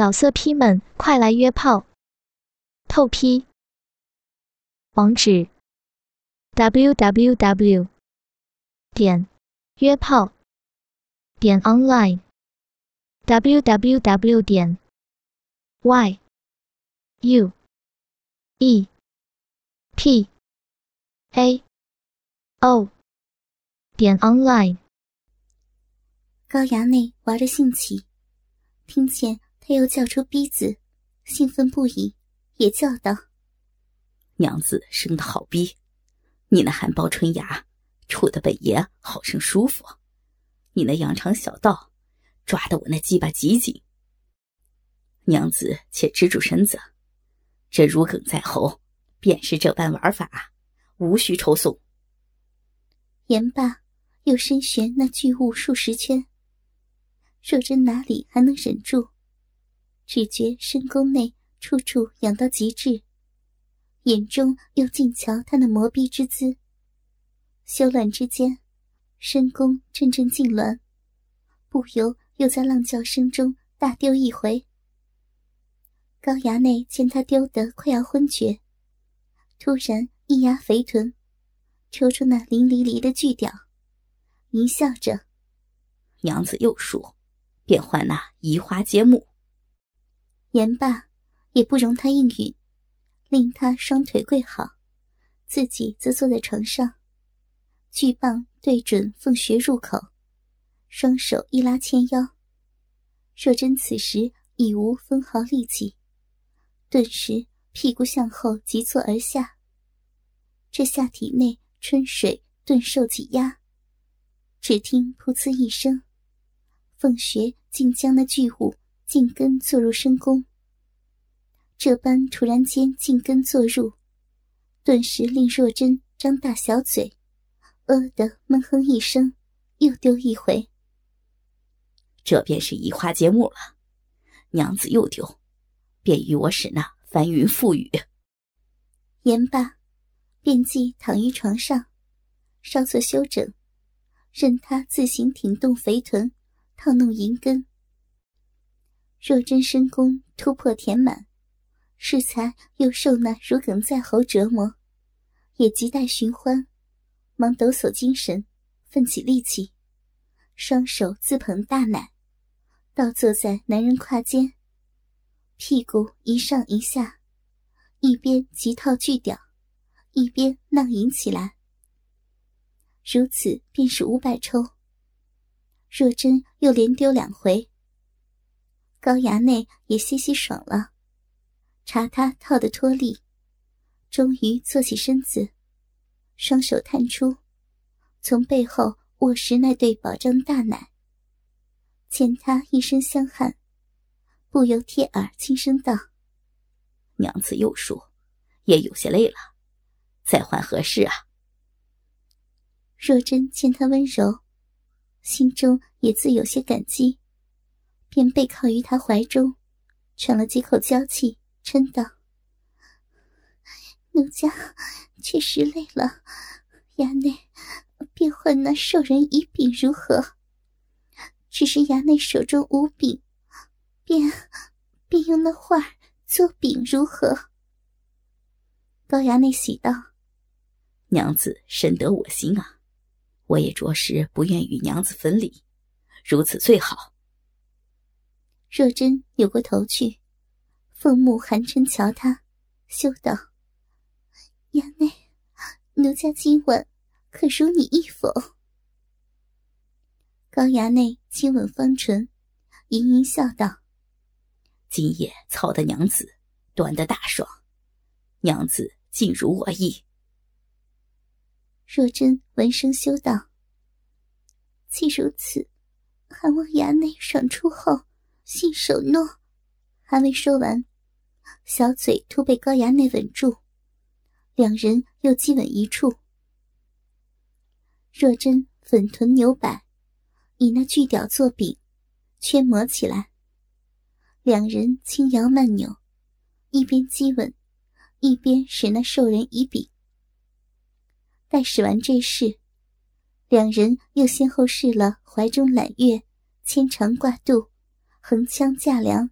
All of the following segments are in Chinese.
老色批们，快来约炮！透批。网址 www.约炮.online www.yuepao.online。 高衙内玩得兴起，听见他又叫出逼子，兴奋不已，也叫道： 娘子生得好逼，你那含苞春芽处得本爷好生舒服，你那羊肠小道抓得我那鸡巴极紧。娘子且支住身子，这如鲠在喉，便是这般玩法，无需抽送。 言罢又深旋那巨物数十圈，若真哪里还能忍住，只觉深宫内处处痒到极致，眼中又尽瞧他那磨逼之姿，修乱之间，深宫阵阵痉挛，不由又在浪叫声中大丢一回。高衙内见他丢得快要昏厥，突然一压肥臀，抽出那淋漓漓的巨屌，淫笑着： 娘子又输，便换那移花接木。 言罢也不容他应允，令他双腿跪好，自己则坐在床上，巨棒对准凤穴入口，双手一拉纤腰。若真此时已无分毫力气，顿时屁股向后急挫而下，这下体内春水顿受挤压，只听噗呲一声，凤穴竟将那巨物尽根坐入深宫。这般突然间尽根坐入，顿时令若真张大小嘴，的闷哼一声，又丢一回。 这便是移花接木了，娘子又丢，便与我使那翻云覆雨。 言罢便即躺于床上，稍作休整，任他自行挺动肥臀，套弄银根。若真深宫突破填满，适才又受那如鲠在喉折磨，也亟待寻欢，忙抖擞精神，奋起力气，双手自捧大奶，倒坐在男人胯间，屁股一上一下，一边急套巨屌，一边浪吟起来。如此便是500抽。若真又连丢2回，高衙内也些许爽了，查他套得脱力，终于坐起身子，双手探出，从背后握实那对饱胀大奶。见他一身香汗，不由贴耳轻声道： 娘子又输，也有些累了，再换合适啊。 若真见他温柔，心中也自有些感激，便背靠于他怀中，喘了几口娇气，嗔道：奴家确实累了，衙内便换那授人以柄如何？只是衙内手中无柄，便用那画做柄如何？高衙内喜道： 娘子深得我心啊，我也着实不愿与娘子分离，如此最好。 若真扭过头去，凤目含嗔瞧他，羞道：衙内，奴家今晚可如你意否？高衙内亲吻芳唇，盈盈笑道： 今夜操得娘子端得大爽，娘子尽如我意。 若真闻声羞道：既如此，还望衙内爽出后信守诺。还未说完，小嘴突被高衙内吻住，两人又激吻一处。若真粉臀扭摆，以那巨屌做柄，圈磨起来。两人轻摇慢扭，一边激吻，一边使那授人以柄。待使完这事，两人又先后试了怀中揽月、牵肠挂肚、横枪架梁、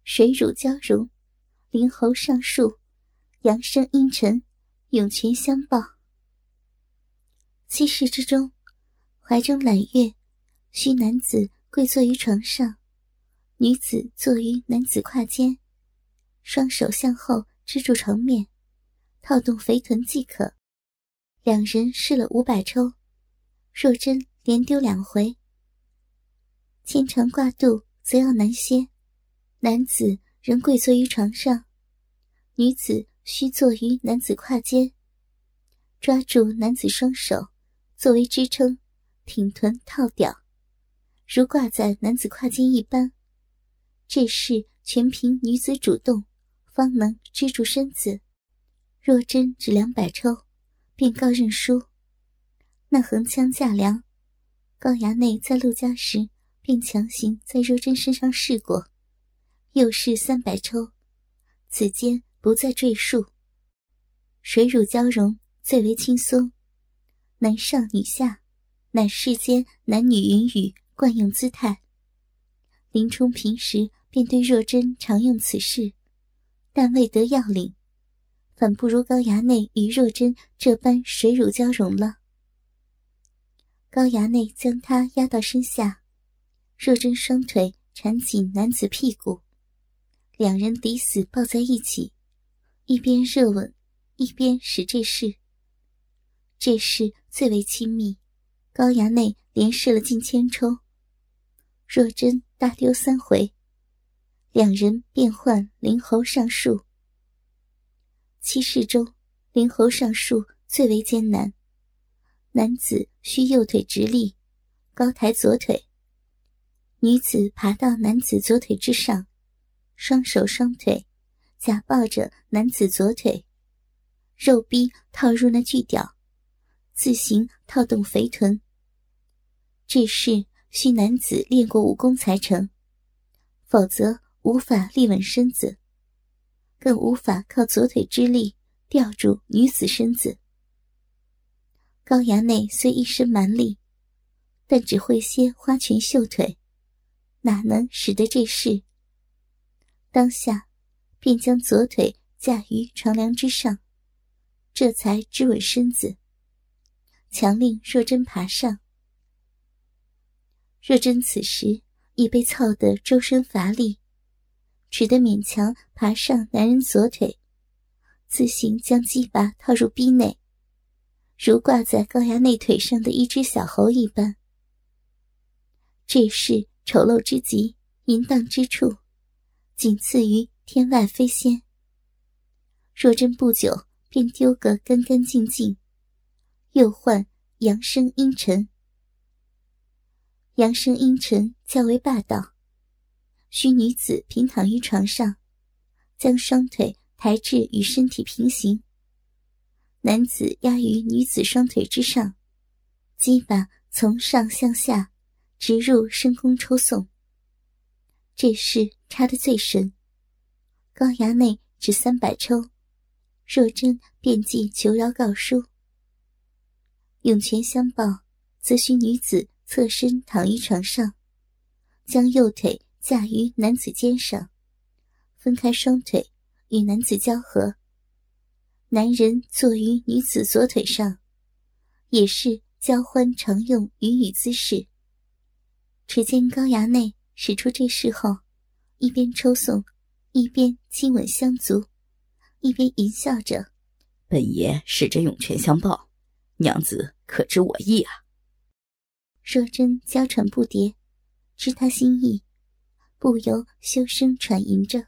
水乳交融，灵喉上竖，阳声阴沉，涌泉相报。7世之中，怀中揽月，需男子跪坐于床上，女子坐于男子胯间，双手向后支住床面，套动肥臀即可。两人试了500抽，若真连丢2回。牵肠挂肚则要难些，男子仍跪坐于床上，女子需坐于男子胯间，抓住男子双手作为支撑，挺臀套吊，如挂在男子胯间一般。这事全凭女子主动，方能支住身子。若真只200抽，便告认输。那横枪架梁，高衙内在陆家时便强行在若真身上试过，又试300抽，此间不再赘述。水乳交融，最为轻松，男上女下，乃世间男女云雨惯用姿态。林冲平时便对若真常用此事，但未得要领，反不如高衙内与若真这般水乳交融了。高衙内将他压到身下，若真双腿缠紧男子屁股，两人抵死抱在一起，一边热吻，一边使这事。这事最为亲密，高衙内连试了近1000抽，若真大丢3回，两人变换灵喉上竖。7世中，灵喉上竖最为艰难，男子需右腿直立，高抬左腿，女子爬到男子左腿之上，双手双腿夹抱着男子左腿，肉逼套入那巨屌，自行套动肥臀。这事需男子练过武功才成，否则无法立稳身子，更无法靠左腿之力吊住女子身子。高衙内虽一身蛮力，但只会些花拳绣腿，哪能使得这事？当下便将左腿架于床梁之上，这才支稳身子，强令若真爬上。若真此时已被操得周身乏力，只得勉强爬上男人左腿，自行将鸡巴套入逼内，如挂在高衙内腿上的一只小猴一般。这事丑陋之极，淫荡之处，仅次于天外飞仙。若真不久便丢个干干净净，又唤阳声阴沉。阳声阴沉较为霸道，需女子平躺于床上，将双腿抬至与身体平行，男子压于女子双腿之上，鸡巴从上向下直入深宫抽送。这事插得最深，高衙内只300抽，若真便即求饶告书。涌泉相报，则需女子侧身躺于床上，将右腿架于男子肩上，分开双腿与男子交合，男人坐于女子左腿上，也是交欢常用云雨姿势。只见高衙内使出这事后，一边抽送，一边亲吻香足，一边淫笑着：“ 本爷使着涌泉相报，娘子可知我意啊？” 若真娇喘不迭，知他心意，不由羞声喘吟着：“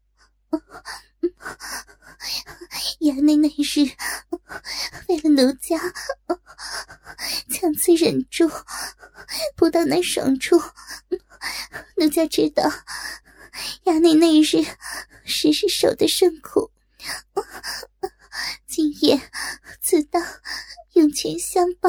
衙内那日为了奴家，强自忍住，不到那爽处。奴家知道，衙内那日实是受得甚苦。今夜自当涌泉相报，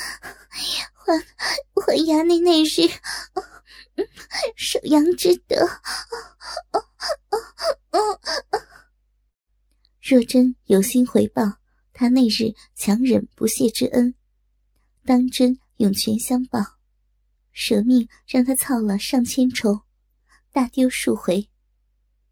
还衙内那日守阳之德。”若真有心回报他那日强忍不懈之恩，当真涌泉相报，舍命让他操了上千抽，大丢数回。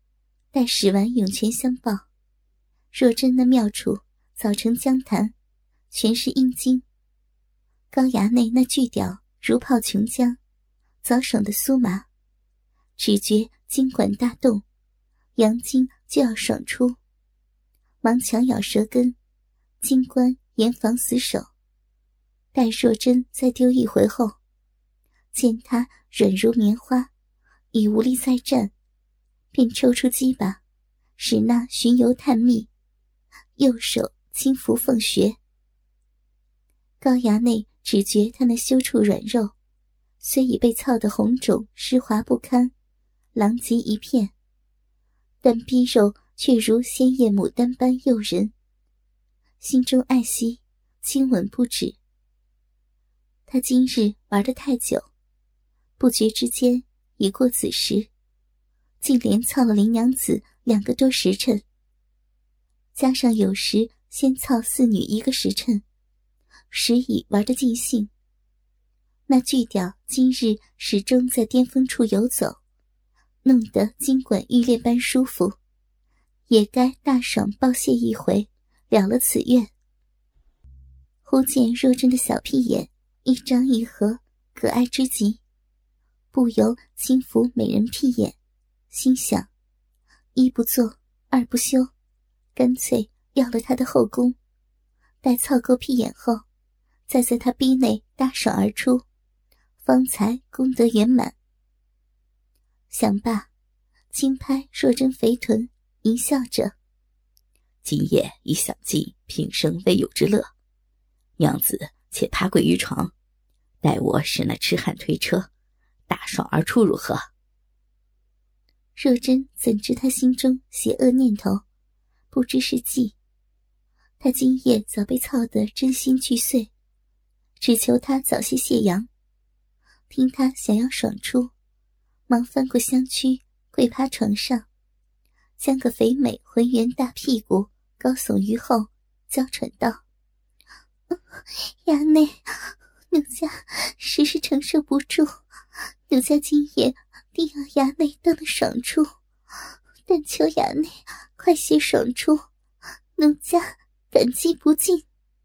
待使完涌泉相报，若真那妙处早成江潭，全是阴茎。高衙内那巨屌如泡琼浆，早爽的酥麻，只觉筋管大动，阳精就要爽出，忙强咬舌根，金冠严防死守。待若真再丢一回后，见他软如棉花，已无力再战，便抽出鸡巴，使那巡游探秘，右手轻抚凤穴。高衙内只觉他那羞处软肉，虽已被操得红肿湿滑不堪，狼藉一片，但逼肉却如鲜艳牡丹般诱人，心中爱惜，亲吻不止。他今日玩得太久，不觉之间已过子时，竟连操了林娘子2个多时辰，加上有时先操4女1个时辰，时已玩得尽兴。那巨屌今日始终在巅峰处游走，弄得筋管欲裂般舒服，也该大爽报谢一回，了了此愿。忽见若真的小屁眼一张一合，可爱之极，不由轻抚美人屁眼，心想一不做二不休，干脆要了他的后宫，待操够屁眼后，再在他逼内大爽而出，方才功德圆满。想罢，轻拍若真肥臀，淫笑着： 今夜已享尽平生未有之乐，娘子且趴跪于床，待我使那痴汉推车，大爽而出如何？ 若真怎知他心中邪恶念头，不知是计。他今夜早被操得真心俱碎，只求他早些泄阳。听他想要爽出，忙翻过香躯，跪趴床上，将个肥美浑圆大屁股高耸于后，娇喘道：衙内，奴家实是承受不住，奴家今夜定要衙内当得爽出，但求衙内快些爽出，奴家感激不尽。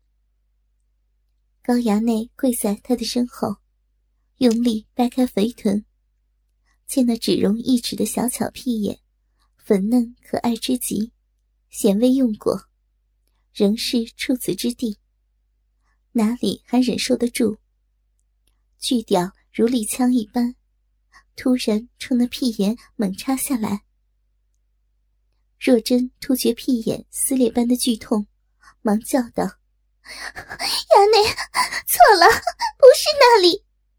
高衙内跪在他的身后，用力掰开肥臀，见那只容一指的小巧屁眼，粉嫩可爱之极，显未用过，仍是处子之地，哪里还忍受得住？巨屌如利枪一般，突然冲那屁眼猛插下来。若真突觉屁眼撕裂般的剧痛，忙叫道：衙内，错了，不是那里。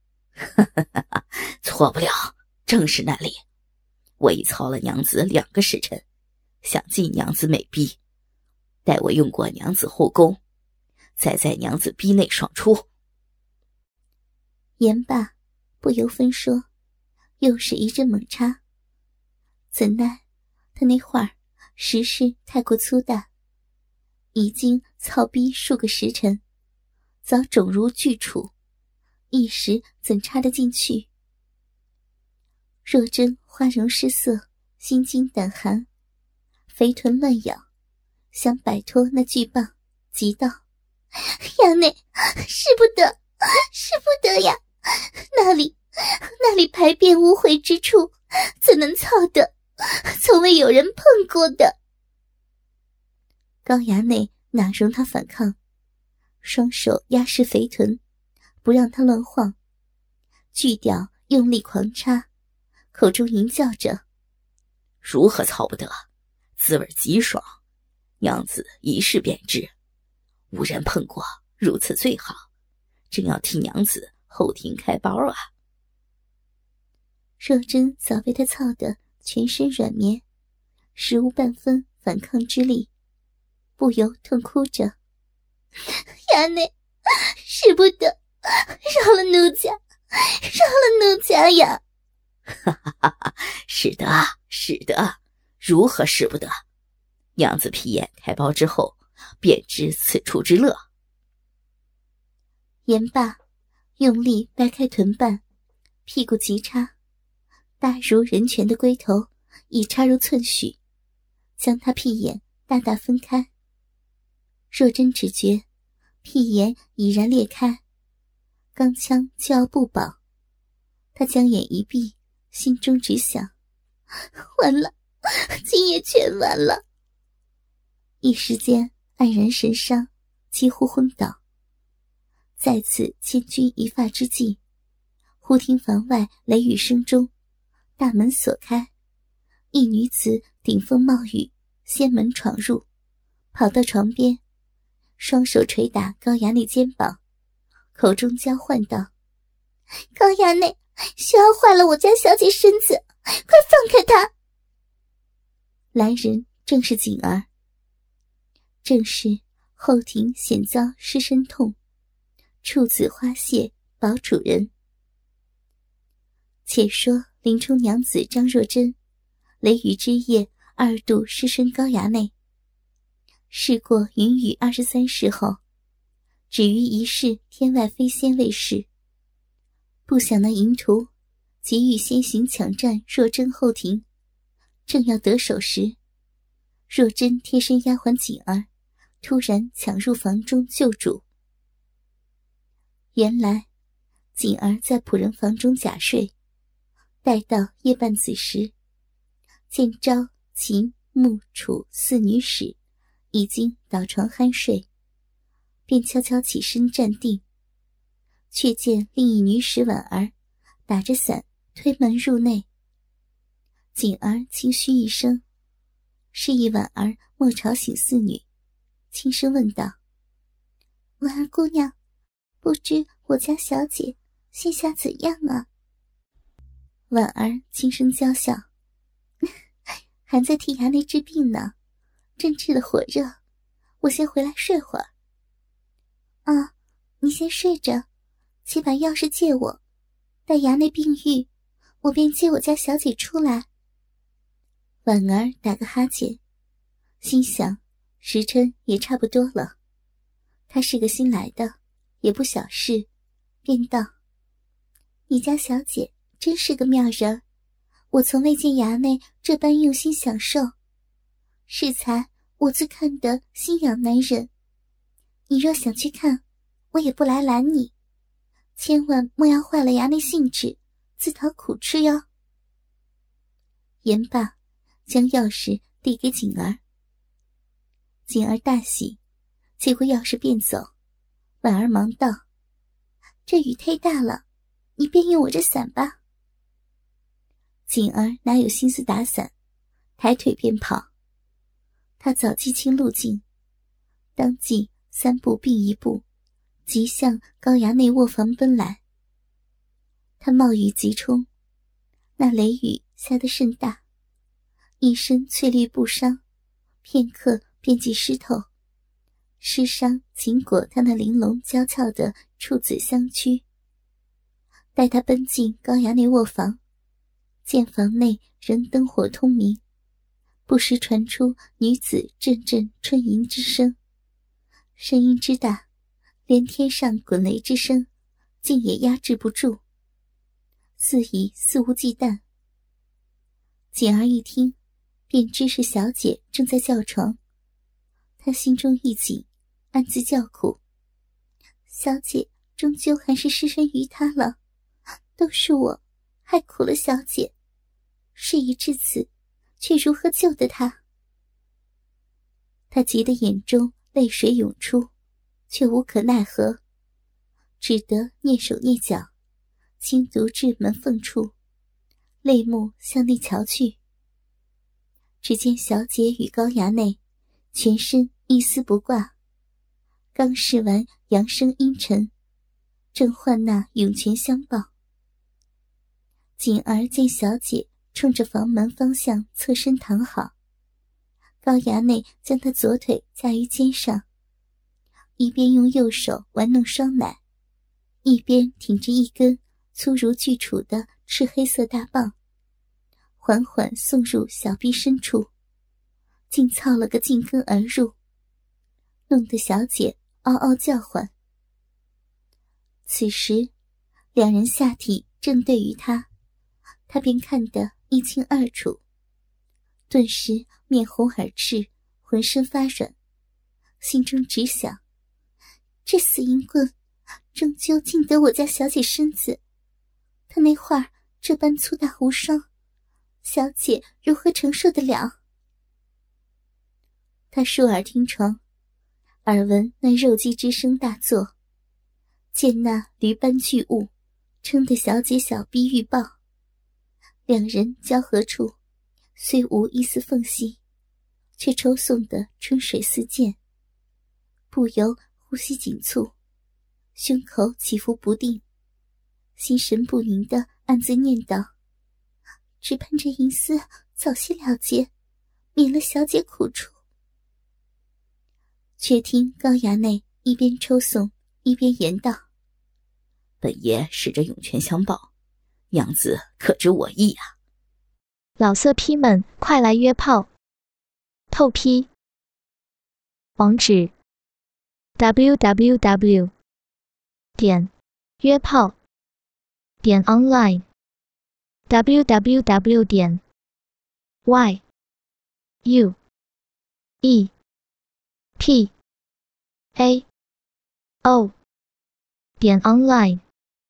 错不了，正是那里。我已操了娘子2个时辰，想尽娘子美逼，待我用过娘子后宫，再在娘子逼内爽出。 言罢，不由分说，又是一阵猛插。怎奈他那会儿实是太过粗大，已经操逼数个时辰，早肿如巨杵，一时怎插得进去？若真花容失色，心惊胆寒，肥臀乱咬，想摆脱那巨棒，急道：衙内，使不得，使不得呀！那里排便无回之处，怎能操得？从未有人碰过的。高衙内哪容他反抗，双手压实肥臀，不让他乱晃，巨屌用力狂插，口中吟叫着： 如何操不得？滋味极爽，娘子一试便知，无人碰过，如此最好，正要替娘子后庭开包啊！ 若真早被他操得全身软绵，实无半分反抗之力，不由痛哭着：衙内，使不得，饶了奴家，饶了奴家呀！ 哈哈哈哈，是的，是的，如何使不得？娘子皮眼开包之后，便知此处之乐。 言罢，用力掰开臀瓣，屁股急插，大如人拳的龟头已插入寸许， 将他屁眼大大分开。若真只觉屁眼已然裂开，钢枪就要不保，他将眼一闭，心中只想：完了，今夜全完了。一时间黯然神伤，几乎昏倒。在此千钧一发之际，忽听房外雷雨声中，大门锁开，一女子顶风冒雨，掀门闯入，跑到床边，双手捶打高衙内肩膀，口中娇唤道：高衙内，小儿坏了我家小姐身子，快放开她！来人正是锦儿，正是后庭险遭失身痛，处子花谢保主人。且说林冲娘子张若珍雷雨之夜2度失身高衙内，事过云雨23事后，只于一世天外飞仙未逝。不想那淫徒急欲先行抢占若珍后庭，正要得手时，若珍贴身丫鬟锦儿突然抢入房中救主。原来锦儿在仆人房中假睡，待到夜半子时，见昭、秦、穆、楚4女使已经倒床酣睡，便悄悄起身站定，却见另一女使婉儿打着伞推门入内。锦儿轻嘘一声，示意婉儿莫吵醒4女，轻声问道：婉儿姑娘，不知我家小姐现下怎样啊？婉儿轻声娇笑：还在替衙内治病呢，正治得火热，我先回来睡会儿。啊，你先睡着，且把钥匙借我，待衙内病愈，我便接我家小姐出来。婉儿打个哈欠，心想时辰也差不多了，她是个新来的，也不小事，便道：你家小姐真是个妙人，我从未见衙内这般用心享受，适才我自看得心痒难忍。你若想去看，我也不来拦你，千万莫要坏了衙内兴致，自讨苦吃哟。言罢，将钥匙递给锦儿。锦儿大喜，接过钥匙便走。婉儿忙道：这雨忒大了，你便用我这伞吧。锦儿哪有心思打伞，抬腿便跑。她早记清路径，当即3步并1步，急向高衙内卧房奔来。她冒雨急冲，那雷雨下得甚大，一身翠绿布裳，片刻便即湿透，湿伤紧裹她那玲珑娇俏的处子香躯。待她奔进高衙内卧房，见房内仍灯火通明，不时传出女子阵阵春吟之声，声音之大，连天上滚雷之声竟也压制不住，似已肆无忌惮。锦儿一听，便知是小姐正在叫床，她心中一紧，暗自叫苦：小姐终究还是失身于他了，都是我害苦了小姐，事已至此，却如何救得她？她急得眼中泪水涌出，却无可奈何，只得蹑手蹑脚，轻独至门缝处，泪目向内瞧去。只见小姐与高衙内全身一丝不挂，刚试完扬声阴沉，正唤那涌泉相报。锦儿见小姐冲着房门方向侧身躺好，高衙内将她左腿架于肩上，一边用右手玩弄双奶，一边挺着一根粗如巨杵的赤黑色大棒，缓缓送入小臂深处，竟操了个进根而入，弄得小姐嗷嗷叫唤。此时两人下体正对于他，他便看得一清二楚， 顿时面红耳赤，浑身发软，心中只想：这死淫棍终究进得我家小姐身子，他那会儿这般粗大无双，小姐如何承受得了？他竖耳听床，耳闻那肉鸡之声大作，见那驴般巨物撑得小姐小臂欲爆，两人交合处虽无一丝缝隙，却抽送得春水似溅，不由呼吸紧促，胸口起伏不定，心神不宁地暗自念叨：只盼这淫丝早些了结，免了小姐苦楚。却听高衙内一边抽送一边言道： 本爷使着涌泉相报，娘子可知我意啊？ 老色批们快来约炮！透批。网址 www.约炮.online www.yuepao.online